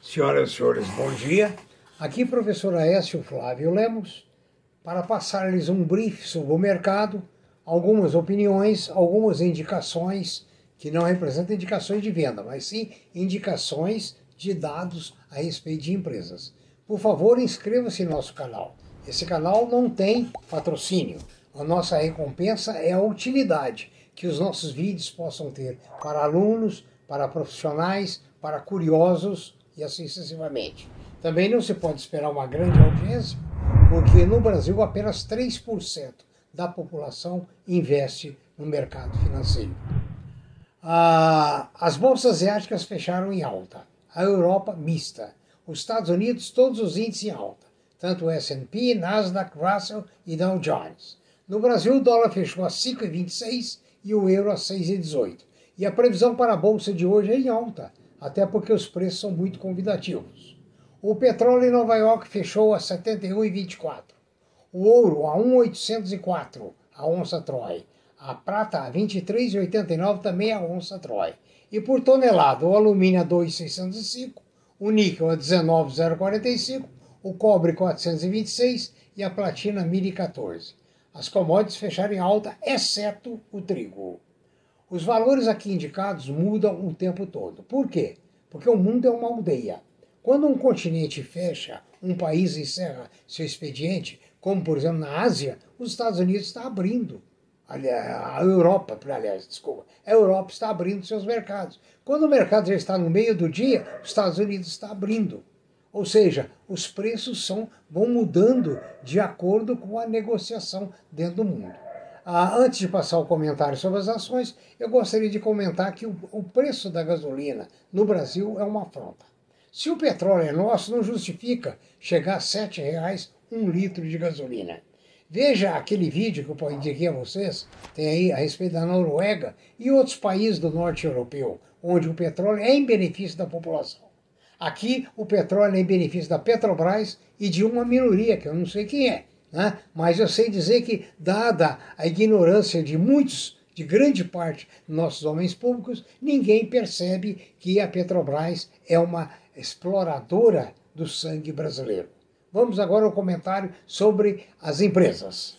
Senhoras e senhores, bom dia. Aqui professor Aécio Flávio Lemos para passar-lhes um brief sobre o mercado, algumas opiniões, algumas indicações, que não representam indicações de venda, mas sim indicações de dados a respeito de empresas. Por favor, inscreva-se no nosso canal. Esse canal não tem patrocínio. A nossa recompensa é a utilidade que os nossos vídeos possam ter para alunos, para profissionais, para curiosos e assim sucessivamente. Também não se pode esperar uma grande audiência, porque no Brasil apenas 3% da população investe no mercado financeiro. As bolsas asiáticas fecharam em alta, a Europa mista, os Estados Unidos todos os índices em alta, tanto o S&P, Nasdaq, Russell e Dow Jones. No Brasil o dólar fechou a 5,26 e o euro a 6,18. E a previsão para a bolsa de hoje é em alta, até porque os preços são muito convidativos. O petróleo em Nova York fechou a 71,24. O ouro a 1,804 a onça Troy. A prata a 23,89 também a onça Troy. E por tonelada, o alumínio a 2,605, o níquel a 19,045, o cobre 426 e a platina 1.014. As commodities fecharam em alta, exceto o trigo. Os valores aqui indicados mudam o tempo todo. Por quê? Porque o mundo é uma aldeia. Quando um continente fecha, um país encerra seu expediente, como por exemplo na Ásia, os Estados Unidos está abrindo. A Europa está abrindo seus mercados. Quando o mercado já está no meio do dia, os Estados Unidos está abrindo. Ou seja, os preços vão mudando de acordo com a negociação dentro do mundo. Antes de passar o comentário sobre as ações, eu gostaria de comentar que o preço da gasolina no Brasil é uma afronta. Se o petróleo é nosso, não justifica chegar a R$ 7,00 um litro de gasolina. Veja aquele vídeo que eu indiquei a vocês, tem aí a respeito da Noruega e outros países do norte europeu, onde o petróleo é em benefício da população. Aqui o petróleo é em benefício da Petrobras e de uma minoria, que eu não sei quem é. Mas eu sei dizer que, dada a ignorância de grande parte dos nossos homens públicos, ninguém percebe que a Petrobras é uma exploradora do sangue brasileiro. Vamos agora ao comentário sobre as empresas.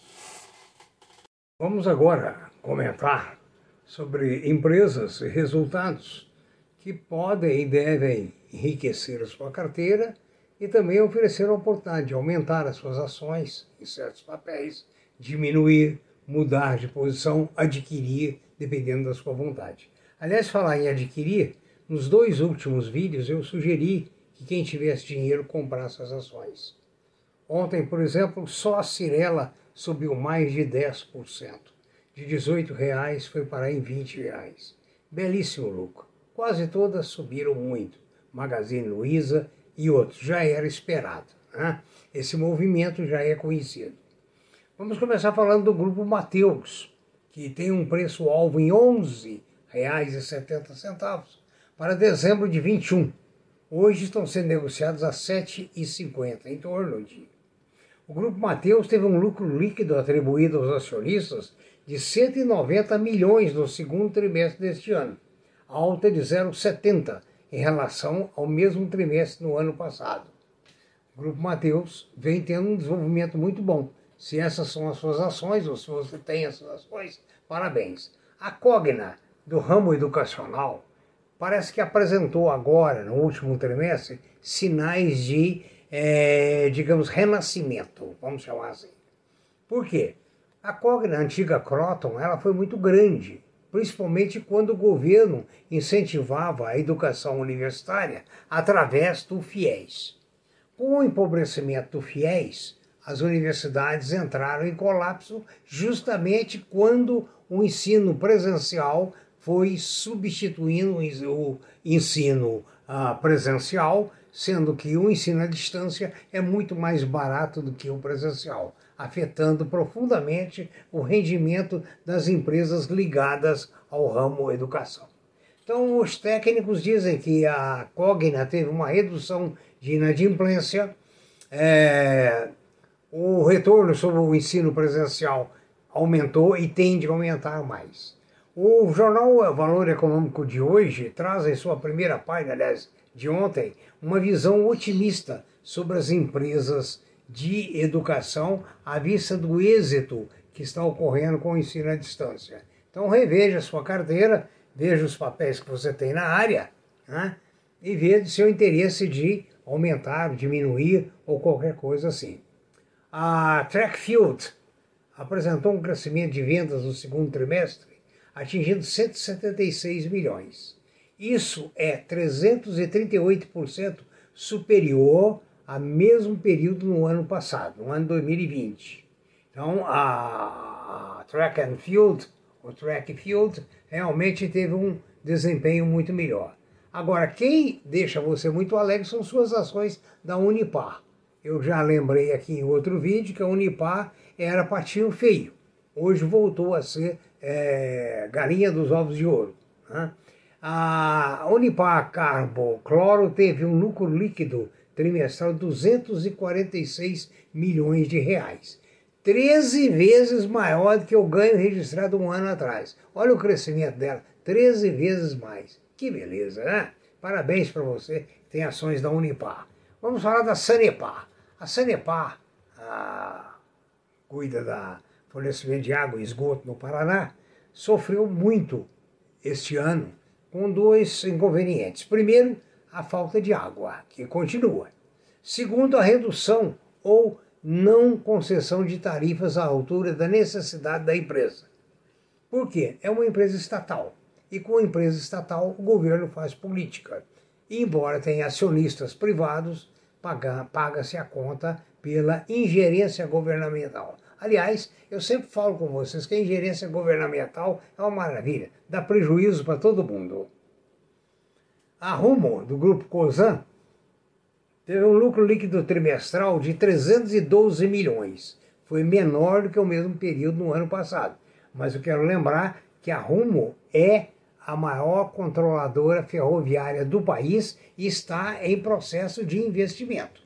Vamos agora comentar sobre empresas e resultados que podem e devem enriquecer a sua carteira e também oferecer a oportunidade de aumentar as suas ações em certos papéis, diminuir, mudar de posição, adquirir, dependendo da sua vontade. Aliás, falar em adquirir, nos 2 últimos vídeos eu sugeri que quem tivesse dinheiro comprasse as ações. Ontem, por exemplo, só a Cyrela subiu mais de 10%. De R$ 18,00 foi parar em R$ 20,00. Belíssimo lucro. Quase todas subiram muito. Magazine Luiza e outros. Já era esperado. Esse movimento já é conhecido. Vamos começar falando do grupo Mateus, que tem um preço-alvo em R$ 11,70 para dezembro de 21. Hoje estão sendo negociados a R$ 7,50, em torno de... O grupo Mateus teve um lucro líquido atribuído aos acionistas de 190 milhões no segundo trimestre deste ano, alta de 0,70 em relação ao mesmo trimestre no ano passado. O grupo Mateus vem tendo um desenvolvimento muito bom. Se essas são as suas ações, ou se você tem essas ações, parabéns. A Cogna, do ramo educacional, parece que apresentou agora, no último trimestre, sinais de, digamos, renascimento, vamos chamar assim. Por quê? A Cogna, a antiga Croton, ela foi muito grande, principalmente quando o governo incentivava a educação universitária através do FIES. Com o empobrecimento do FIES, as universidades entraram em colapso justamente quando o ensino presencial foi substituindo o ensino presencial, sendo que o ensino à distância é muito mais barato do que o presencial, afetando profundamente o rendimento das empresas ligadas ao ramo educação. Então, os técnicos dizem que a Cogna teve uma redução de inadimplência, o retorno sobre o ensino presencial aumentou e tende a aumentar mais. O jornal Valor Econômico de hoje traz em sua primeira página, aliás, de ontem, uma visão otimista sobre as empresas de educação à vista do êxito que está ocorrendo com o ensino à distância. Então reveja a sua carteira, veja os papéis que você tem na área, né? E veja o seu interesse de aumentar, diminuir ou qualquer coisa assim. A Trackfield apresentou um crescimento de vendas no segundo trimestre, atingindo 176 milhões. Isso é 338% superior ao mesmo período no ano passado, no ano 2020. Então, a Track and Field, o Track Field, realmente teve um desempenho muito melhor. Agora, quem deixa você muito alegre são suas ações da Unipar. Eu já lembrei aqui em outro vídeo que a Unipar era patinho feio. Hoje voltou a ser galinha dos ovos de ouro, né? A Unipar Carbo Cloro teve um lucro líquido trimestral de 246 milhões de reais. 13 vezes maior do que o ganho registrado um ano atrás. Olha o crescimento dela, 13 vezes mais. Que beleza, né? Parabéns para você que tem ações da Unipar. Vamos falar da Sanepar. A Sanepar cuida da fornecimento de água e esgoto no Paraná, sofreu muito este ano com dois inconvenientes. Primeiro, a falta de água, que continua. Segundo, a redução ou não concessão de tarifas à altura da necessidade da empresa. Por quê? É uma empresa estatal. E com a empresa estatal, o governo faz política. E, embora tenha acionistas privados, paga-se a conta pela ingerência governamental. Aliás, eu sempre falo com vocês que a ingerência governamental é uma maravilha, dá prejuízo para todo mundo. A Rumo, do grupo Cosan, teve um lucro líquido trimestral de 312 milhões. Foi menor do que o mesmo período no ano passado. Mas eu quero lembrar que a Rumo é a maior controladora ferroviária do país e está em processo de investimento.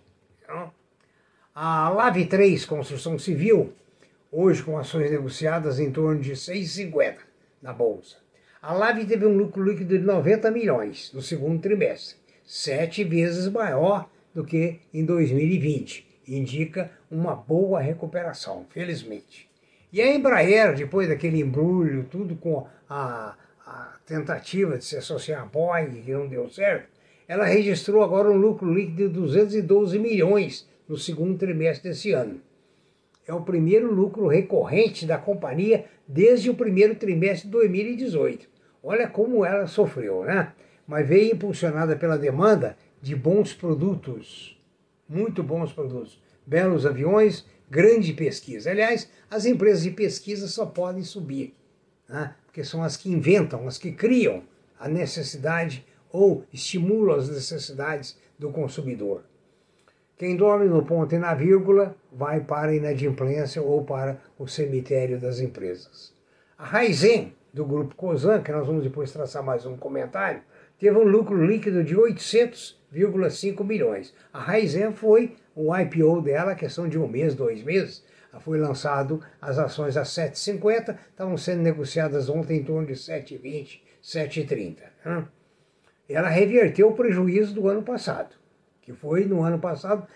A Lave 3 Construção Civil, hoje com ações negociadas em torno de 6,50 na Bolsa. A Lave teve um lucro líquido de 90 milhões no segundo trimestre, 7 vezes maior do que em 2020. Indica uma boa recuperação, felizmente. E a Embraer, depois daquele embrulho, tudo com a tentativa de se associar à Boeing, que não deu certo, ela registrou agora um lucro líquido de 212 milhões no segundo trimestre desse ano. É o primeiro lucro recorrente da companhia desde o primeiro trimestre de 2018. Olha como ela sofreu, né? Mas veio impulsionada pela demanda de bons produtos, muito bons produtos, belos aviões, grande pesquisa. Aliás, as empresas de pesquisa só podem subir, né? Porque são as que inventam, as que criam a necessidade ou estimulam as necessidades do consumidor. Quem dorme no ponto e na vírgula vai para a inadimplência ou para o cemitério das empresas. A Raizen, do grupo Cosan, que nós vamos depois traçar mais um comentário, teve um lucro líquido de 800,5 milhões. A Raizen foi o IPO dela, questão de um mês, 2 meses. Foi lançado as ações a 7,50, estavam sendo negociadas ontem em torno de 7,20, 7,30. Ela reverteu o prejuízo do ano passado, que foi, no ano passado,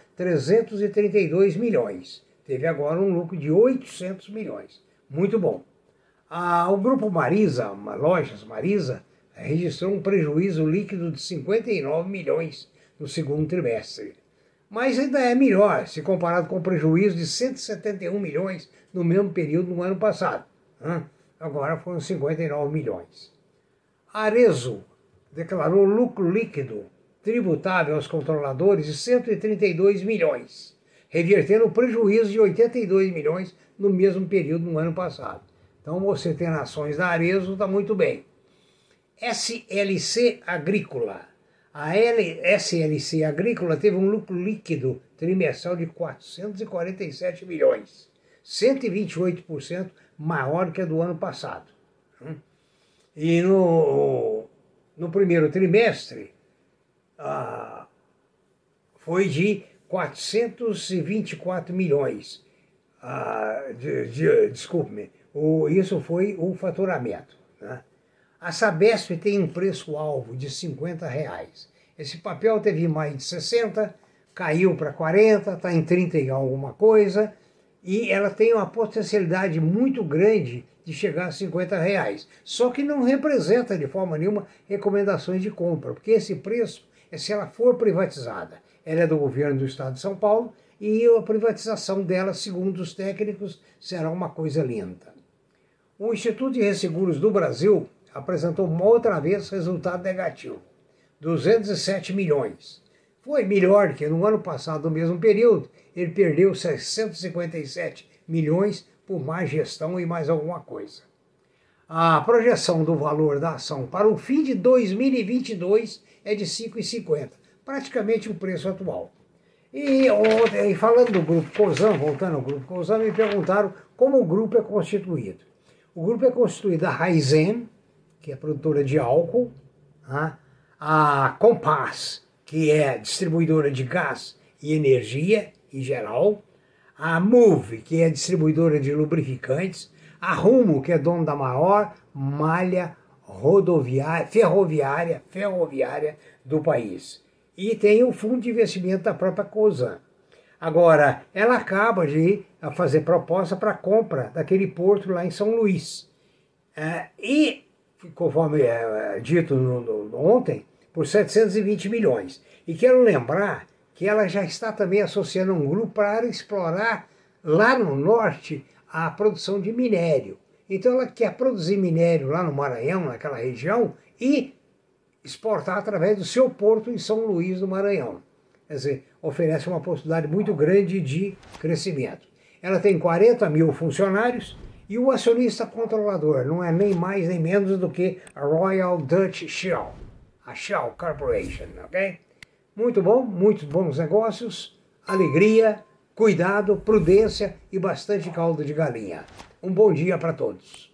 332 milhões. Teve agora um lucro de 800 milhões. Muito bom. O grupo Marisa, Lojas Marisa, registrou um prejuízo líquido de 59 milhões no segundo trimestre. Mas ainda é melhor se comparado com o prejuízo de 171 milhões no mesmo período no ano passado. Agora foram 59 milhões. A Arezzo declarou lucro líquido tributável aos controladores de 132 milhões, revertendo o prejuízo de 82 milhões no mesmo período no ano passado. Então você tem ações da Arezzo, está muito bem. SLC Agrícola. A SLC Agrícola teve um lucro líquido trimestral de 447 milhões, 128% maior que a do ano passado. E no primeiro trimestre foi de 424 milhões. Desculpe-me, isso foi o faturamento, né? A Sabesp tem um preço-alvo de R$ 50. Esse papel teve mais de 60, caiu para 40, está em 30 e alguma coisa, e ela tem uma potencialidade muito grande de chegar a R$50. Só que não representa de forma nenhuma recomendações de compra, porque esse preço é se ela for privatizada. Ela é do governo do estado de São Paulo e a privatização dela, segundo os técnicos, será uma coisa lenta. O Instituto de Resseguros do Brasil apresentou uma outra vez resultado negativo, 207 milhões. Foi melhor que no ano passado, no mesmo período, ele perdeu 657 milhões por má gestão e mais alguma coisa. A projeção do valor da ação para o fim de 2022 é de R$ 5,50, praticamente o preço atual. E ontem, falando do Grupo Cosan, voltando ao Grupo Cosan, me perguntaram como o grupo é constituído. O grupo é constituído da Raizen, que é produtora de álcool, a Compass, que é distribuidora de gás e energia em geral, a Move, que é distribuidora de lubrificantes, a Rumo, que é dona da maior malha ferroviária do país. E tem o fundo de investimento da própria Cosan. Agora, ela acaba de fazer proposta para compra daquele porto lá em São Luís. E, conforme dito ontem, por 720 milhões. E quero lembrar que ela já está também associando um grupo para explorar lá no norte a produção de minério. Então ela quer produzir minério lá no Maranhão, naquela região, e exportar através do seu porto em São Luís do Maranhão. Quer dizer, oferece uma possibilidade muito grande de crescimento. Ela tem 40 mil funcionários e o acionista controlador não é nem mais nem menos do que a Royal Dutch Shell, a Shell Corporation, ok? Muito bom, muitos bons negócios, alegria, cuidado, prudência e bastante caldo de galinha. Um bom dia para todos.